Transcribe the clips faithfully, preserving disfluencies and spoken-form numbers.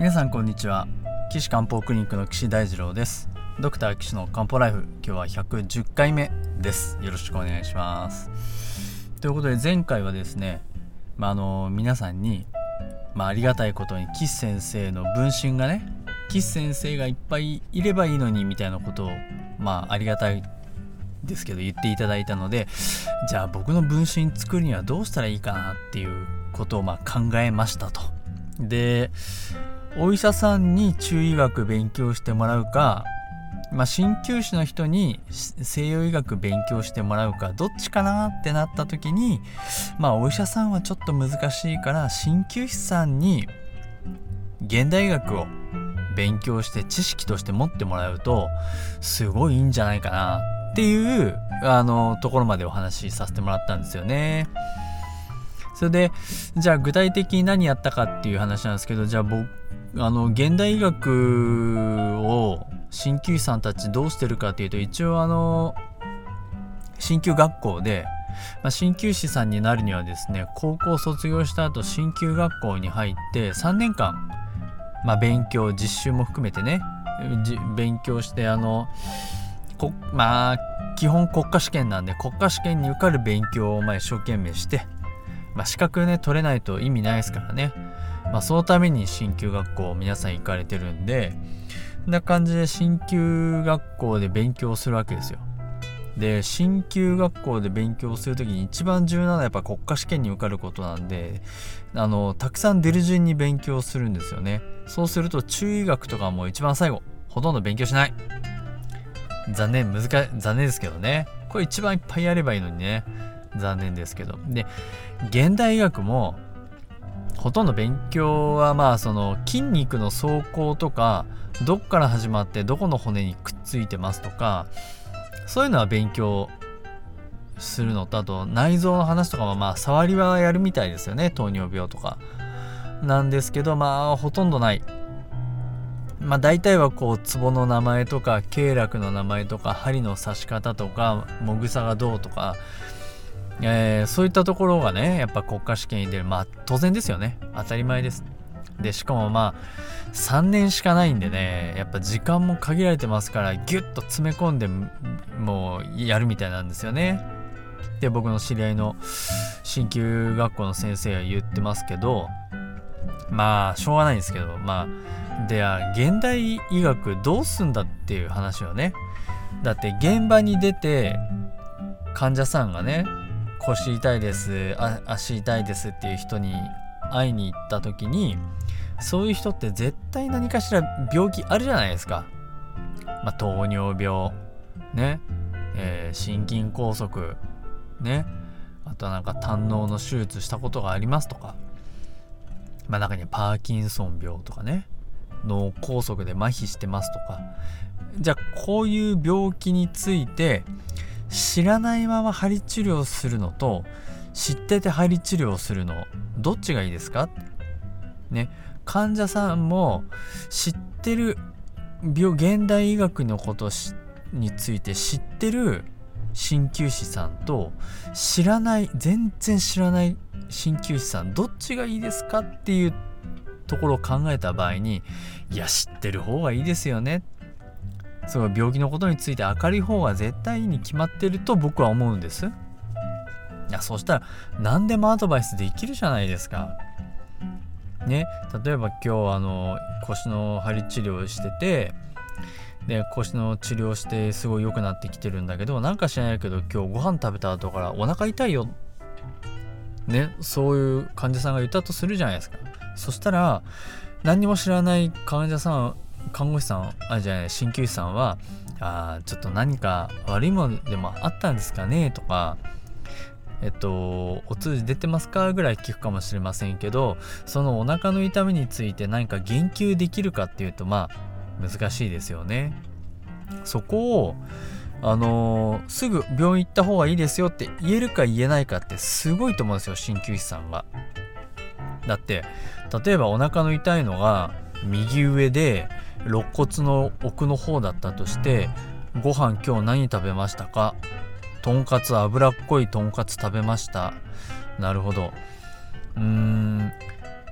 皆さんこんにちは。岸漢方クリニックの岸大二郎です。ドクター岸の漢方ライフ、今日はひゃくじゅっかいめです。よろしくお願いします。ということで前回はですね、まあ、あの皆さんに、まあ、ありがたいことに岸先生の分身がね、岸先生がいっぱいいればいいのにみたいなことを、まあありがたいですけど言っていただいたので、じゃあ僕の分身作るにはどうしたらいいかなっていうことをまあ考えましたと。で、お医者さんに中医学勉強してもらうか、まあ、鍼灸師の人に西洋医学勉強してもらうか、どっちかなってなった時に、まあお医者さんはちょっと難しいから鍼灸師さんに現代医学を勉強して知識として持ってもらうとすごいいいんじゃないかなっていうあのところまでお話しさせてもらったんですよね。それでじゃあ具体的に何やったかっていう話なんですけど、じゃあ僕あの現代医学を鍼灸師さんたちどうしてるかっていうと、一応あの鍼灸学校で、まあ、鍼灸師さんになるにはですね、高校卒業した後鍼灸学校に入ってさんねんかん、まあ、勉強実習も含めてね勉強して、あのこまあ基本国家試験なんで国家試験に受かる勉強をまあ一生懸命して、まあ、資格ね取れないと意味ないですからね、まあ、そのために鍼灸学校皆さん行かれてるんで、こんな感じで鍼灸学校で勉強するわけですよ。で、鍼灸学校で勉強するときに一番重要なのはやっぱ国家試験に受かることなんで、あのたくさん出る順に勉強するんですよね。そうすると中医学とかも一番最後ほとんど勉強しない。残念難し残念ですけどね、これ一番いっぱいやればいいのにね、残念ですけど。で、現代医学もほとんど勉強はまあその筋肉の走行とか、どっから始まってどこの骨にくっついてますとか、そういうのは勉強するのと、あと内臓の話とかもまあ触りはやるみたいですよね、糖尿病とかなんですけど、まあほとんどない。まあ大体はこうツボの名前とか経絡の名前とか針の刺し方とかもぐさがどうとか、えー、そういったところがねやっぱ国家試験に出る、まあ当然ですよね、当たり前です。でしかもまあさんねんしかないんでね、やっぱ時間も限られてますからギュッと詰め込んでもうやるみたいなんですよね。で、僕の知り合いの鍼灸学校の先生は言ってますけど、まあしょうがないんですけど、まあでは現代医学どうすんだっていう話をね、だって現場に出て患者さんがね腰痛いですあ足痛いですっていう人に会いに行った時に、そういう人って絶対何かしら病気あるじゃないですか。まあ、糖尿病ね、えー、心筋梗塞ね、あとはなんか胆のうの手術したことがありますとか、まあ中にはパーキンソン病とかね、脳梗塞で麻痺してますとか。じゃあこういう病気について知らないまま針治療するのと知ってて針治療するのどっちがいいですかね。患者さんも知ってる病現代医学のことについて知ってる鍼灸師さんと知らない全然知らない鍼灸師さんどっちがいいですかっていうところを考えた場合に、いや知ってる方がいいですよね、その病気のことについて明るい方が絶対に決まってると僕は思うんです。いや、そしたら何でもアドバイスできるじゃないですかね。例えば今日あの腰の針治療してて、で腰の治療してすごい良くなってきてるんだけど、なんか知らないけど今日ご飯食べた後からお腹痛いよね、そういう患者さんが言ったとするじゃないですか。そしたら何にも知らない患者さん看護師さんあじゃない鍼灸師さんは、あちょっと何か悪いものでもあったんですかねとか、えっとお通じ出てますかぐらい聞くかもしれませんけど、そのお腹の痛みについて何か言及できるかっていうとまあ難しいですよね。そこをあのー、すぐ病院行った方がいいですよって言えるか言えないかってすごいと思うんですよ、鍼灸師さんが。だって例えばお腹の痛いのが右上で肋骨の奥の方だったとして、ご飯今日何食べましたか、とんかつ脂っこいとんかつ食べました。なるほど、うーん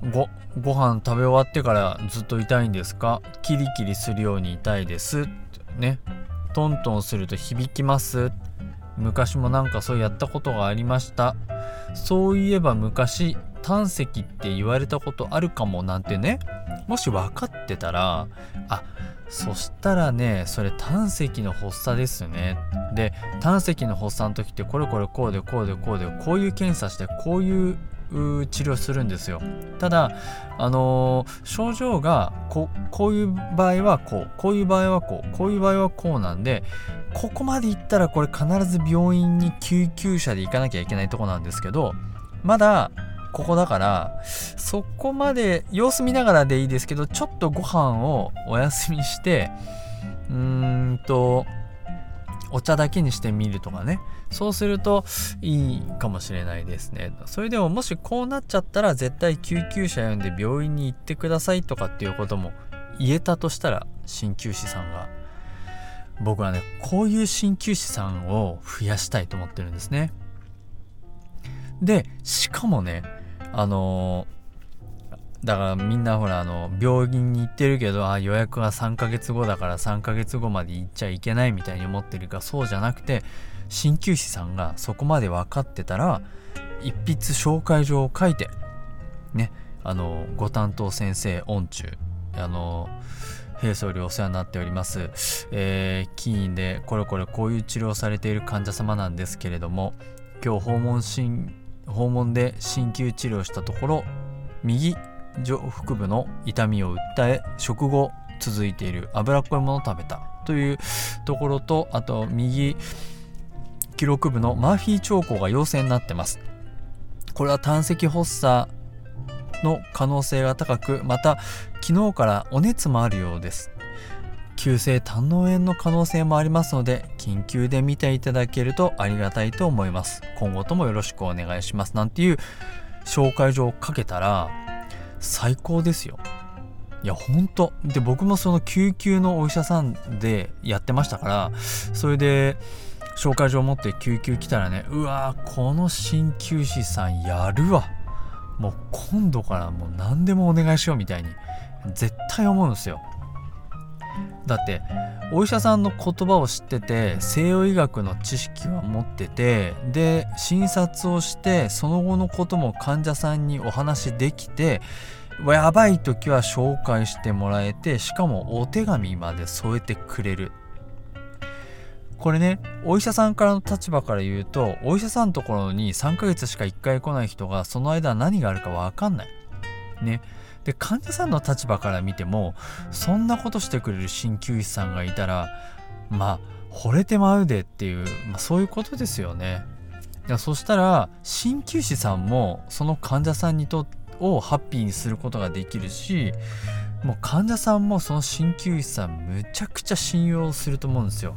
ごご飯食べ終わってからずっと痛いんですか？キリキリするように痛いですね。トントンすると響きます。昔もなんかそうやったことがありました。そういえば昔胆石って言われたことあるかもなんてね、もし分かってたら、あ、そしたらね、それ胆石の発作ですね。で、胆石の発作の時ってこれこれこうでこうでこうでこういう検査してこういう治療するんですよ。ただあのー、症状がここういう場合はこうこういう場合はこうこういう場合はこうなんで、ここまで行ったらこれ必ず病院に救急車で行かなきゃいけないとこなんですけど、まだここだからそこまで様子見ながらでいいですけど、ちょっとご飯をお休みしてうーんとお茶だけにしてみるとかね、そうするといいかもしれないですね。それでももしこうなっちゃったら絶対救急車呼んで病院に行ってくださいとかっていうことも言えたとしたら、鍼灸師さんが、僕はねこういう鍼灸師さんを増やしたいと思ってるんですね。でしかもねあのー、だからみんなほらあの病院に行ってるけど、あ予約はさんかげつごだからさんかげつごまで行っちゃいけないみたいに思ってるか、そうじゃなくて鍼灸師さんがそこまで分かってたら一筆紹介状を書いてね、あのご担当先生御中あの平総理お世話になっております、えー、起院でこれこれこういう治療をされている患者様なんですけれども、今日訪問診訪問で鍼灸治療したところ右上腹部の痛みを訴え、食後続いている脂っこいものを食べたというところと、あと右記録部のマーフィー兆候が陽性になってます。これは胆石発作の可能性が高く、また昨日からお熱もあるようです。急性胆嚢炎の可能性もありますので、緊急で見ていただけるとありがたいと思います。今後ともよろしくお願いしますなんていう紹介状をかけたら最高ですよ。いやほんとで、僕もその救急のお医者さんでやってましたから、それで紹介状を持って救急来たらね、うわーこの鍼灸師さんやるわ、もう今度からもう何でもお願いしようみたいに絶対思うんですよ。だってお医者さんの言葉を知ってて、西洋医学の知識は持ってて、で診察をしてその後のことも患者さんにお話できて、やばい時は紹介してもらえて、しかもお手紙まで添えてくれる。これね、お医者さんからの立場から言うと、お医者さんのところにさんかげつしかいっかい来ない人がその間何があるか分かんないね。で患者さんの立場から見ても、そんなことしてくれる鍼灸師さんがいたらまあ惚れてまうでっていう、まあ、そういうことですよね。いやそしたら鍼灸師さんもその患者さんにとをハッピーにすることができるし、もう患者さんもその鍼灸師さんむちゃくちゃ信用すると思うんですよ。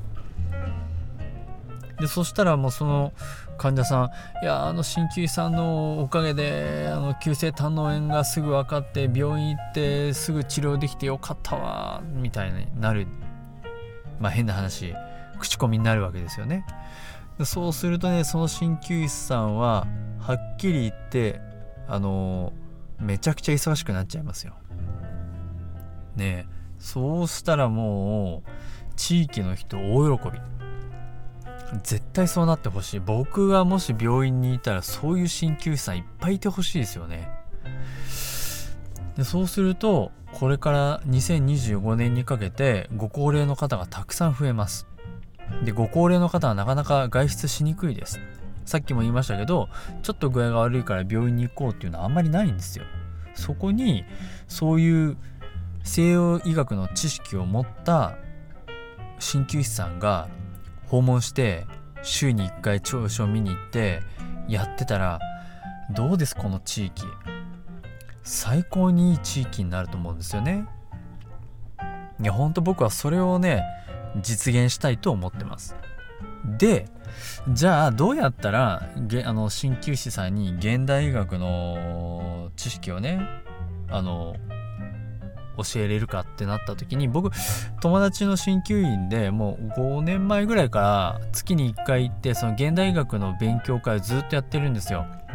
でそしたらもうその患者さん、いやあの鍼灸師さんのおかげであの急性胆嚢炎がすぐ分かって病院行ってすぐ治療できてよかったわみたいになる、まあ変な話口コミになるわけですよね。でそうするとね、その鍼灸師さんははっきり言ってあのめちゃくちゃ忙しくなっちゃいますよね。えそうしたらもう地域の人大喜び、絶対そうなってほしい。僕がもし病院にいたらそういう鍼灸師さんいっぱいいてほしいですよね。でそうするとこれからにせんにじゅうごねんにかけてご高齢の方がたくさん増えます。でご高齢の方はなかなか外出しにくいです。さっきも言いましたけど、ちょっと具合が悪いから病院に行こうっていうのはあんまりないんですよ。そこにそういう西洋医学の知識を持った鍼灸師さんが訪問して週にいっかい調子を見に行ってやってたらどうです？この地域最高にいい地域になると思うんですよね。いやほんと僕はそれをね実現したいと思ってます。でじゃあどうやったらあの鍼灸師さんに現代医学の知識をねあの教えれるかってなった時に、僕友達の鍼灸院でもうごねんまえぐらいから月にいっかい行ってその現代医学の勉強会をずっとやってるんですよ。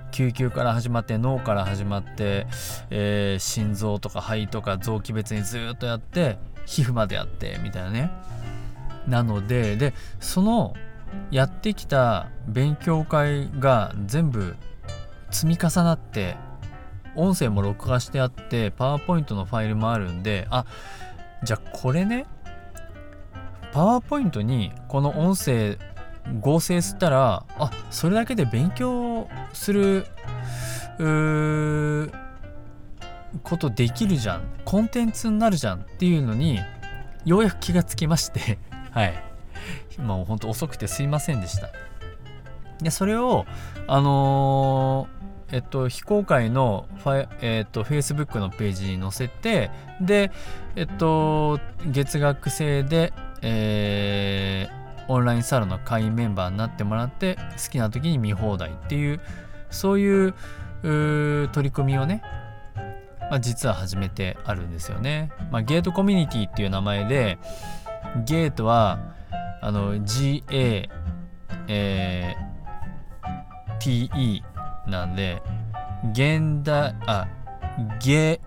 救急から始まって脳から始まって、えー、心臓とか肺とか臓器別にずっとやって皮膚までやってみたいなね。なのででそのやってきた勉強会が全部積み重なって音声も録画してあってパワーポイントのファイルもあるんで、あ、じゃあこれねパワーポイントにこの音声合成したら、あ、それだけで勉強することできるじゃん、コンテンツになるじゃんっていうのにようやく気がつきましてはいもうほんと遅くてすいませんでした。でそれをあのー、えっと非公開のファイ、えっと Facebook のページに載せて、でえっと月額制で、えー、オンラインサロンの会員メンバーになってもらって好きな時に見放題っていうそういう、う取り組みをね、まあ、実は始めてあるんですよね。まあ、ゲートコミュニティっていう名前で、ゲートはあの ジーエー、えー、ティーイー なんで現代あゲ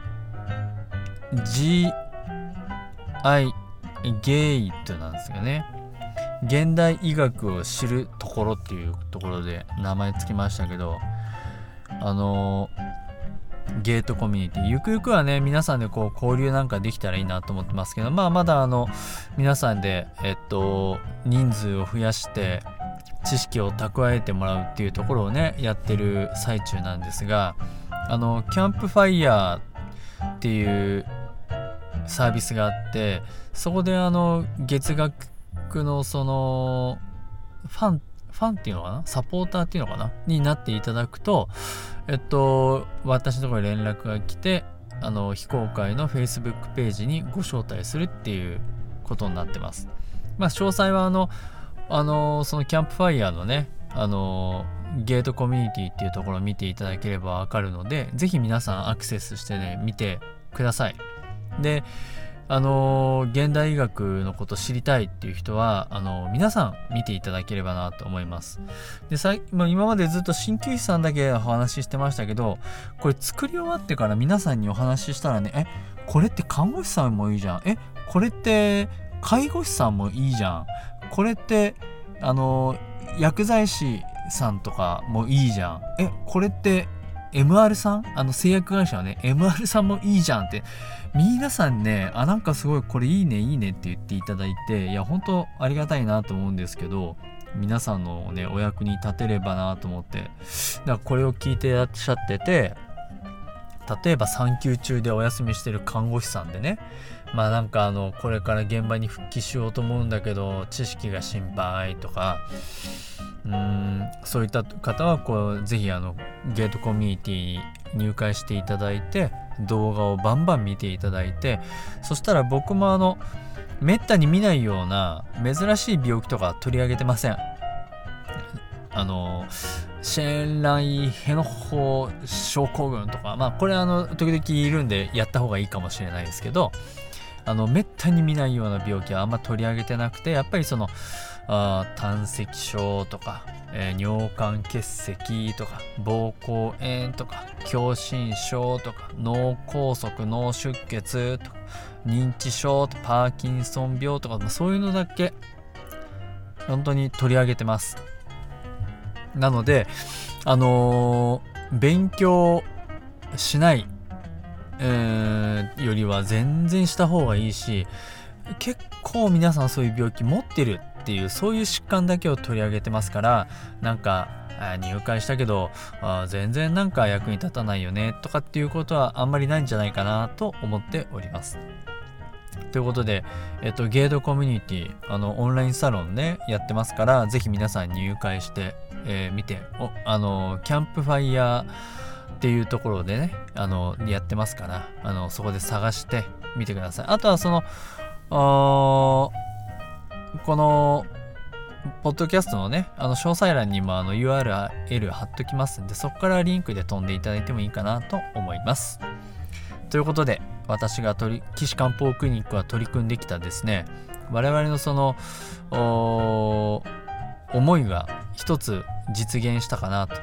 ジーアイ ゲイトなんですよね。現代医学を知るところっていうところで名前つきましたけど、あのゲートコミュニティゆくゆくはね皆さんでこう交流なんかできたらいいなと思ってますけど、まあまだあの皆さんでえっと人数を増やして知識を蓄えてもらうっていうところをねやってる最中なんですが、あのキャンプファイヤーっていうサービスがあって、そこであの月額のそのファンファンっていうのかな、サポーターっていうのかなになっていただくと、えっと私のところに連絡が来て、あの非公開の Facebook ページにご招待するっていうことになってます。まあ詳細はあのあのそのキャンプファイヤーのね、あのゲートコミュニティっていうところを見ていただければわかるので、ぜひ皆さんアクセスしてね見てください。であの現代医学のこと知りたいっていう人はあの皆さん見ていただければなと思います。でさ、まあ、今までずっと鍼灸師さんだけお話ししてましたけど、これ作り終わってから皆さんにお話ししたらね、えこれって看護師さんもいいじゃん、えこれって介護士さんもいいじゃん、これってあの薬剤師さんとかもいいじゃん、えこれって エムアール さん、あの製薬会社はね エムアール さんもいいじゃんって皆さんね、あなんかすごいこれいいねいいねって言っていただいて、いや本当ありがたいなと思うんですけど、皆さんのねお役に立てればなと思って、だからこれを聞いていらっしゃってて、例えば産休中でお休みしてる看護師さんでね、まあなんかあのこれから現場に復帰しようと思うんだけど知識が心配とか、うーんそういった方はこうぜひあのゲートコミュニティに入会していただいて、動画をバンバン見ていただいて、そしたら僕もあのめったに見ないような珍しい病気とか取り上げてません。あのシェーンライヘノホ症候群とか、まあこれあの時々いるんでやった方がいいかもしれないですけど、あのめったに見ないような病気はあんま取り上げてなくて、やっぱりそのあ胆石症とか、えー、尿管結石とか膀胱炎とか狭心症とか脳梗塞脳出血とか認知症とかパーキンソン病とか、そういうのだけ本当に取り上げてます。なのであのー、勉強しない、えー、よりは全然した方がいいし、結構皆さんそういう病気持ってるっていうそういう疾患だけを取り上げてますから、なんか入会したけどあ全然なんか役に立たないよねとかっていうことはあんまりないんじゃないかなと思っております。ということで、えっと、ゲートコミュニティあのオンラインサロンねやってますから、ぜひ皆さん入会して、えー、見ておあのキャンプファイヤーっていうところでねあのやってますから、あのそこで探してみてください。あとはそのこのポッドキャストのねあの詳細欄にもあの ユーアールエル 貼っときますんで、そこからリンクで飛んでいただいてもいいかなと思います。ということで、私が取り岸漢方クリニックが取り組んできたですね、我々のその思いが一つ実現したかなと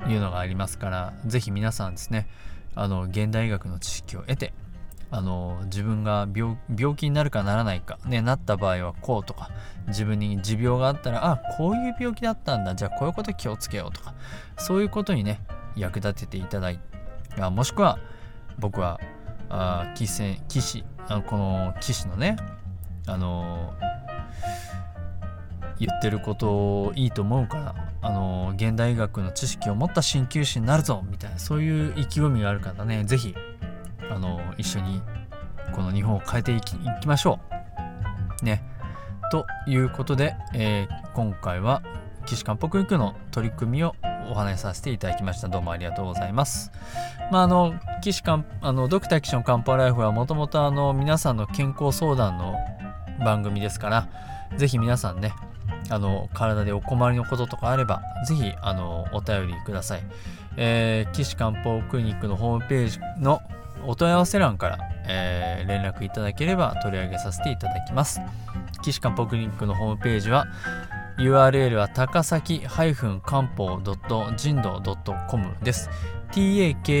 いうのがありますから、ぜひ皆さんですね、あの現代医学の知識を得て、あの自分が 病, 病気になるかならないか、ね、なった場合はこうとか、自分に持病があったら、あ、こういう病気だったんだ、じゃあこういうこと気をつけようとか、そういうことにね役立てていただいて、もしくは僕はあ棋戦棋士あのこの棋士のね、あの言ってることいいと思うから、あの現代医学の知識を持った鍼灸師になるぞみたいな、そういう意気込みがある方ね、ぜひあの一緒にこの日本を変えてい き, いきましょうね。ということで、えー、今回は岸漢方クリニックの取り組みをお話しさせていただきました。どうもありがとうございます。まああの岸漢あのドクター岸の漢方ライフはもともとあの皆さんの健康相談の番組ですから、ぜひ皆さんね、あの体でお困りのこととかあれば、ぜひあのお便りください。えー、岸漢方クリニックのホームページのお問い合わせ欄から、えー、連絡いただければ取り上げさせていただきます。岸漢方クリニックのホームページは ユーアールエル は高崎漢方人道 .com です。タカサキ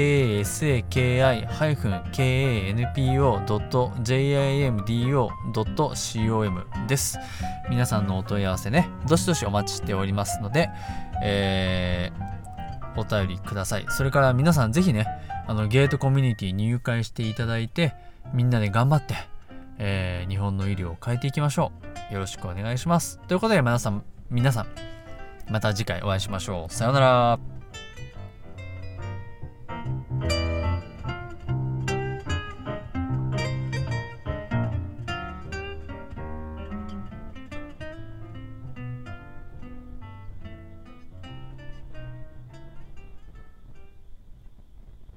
kanpo.jimdo.com です。皆さんのお問い合わせね、どしどしお待ちしておりますので、えー、お便りください。それから皆さんぜひね、あのゲートコミュニティに入会していただいて、みんなで頑張って、えー、日本の医療を変えていきましょう。よろしくお願いします。ということで皆さん、皆さんまた次回お会いしましょう。さようなら。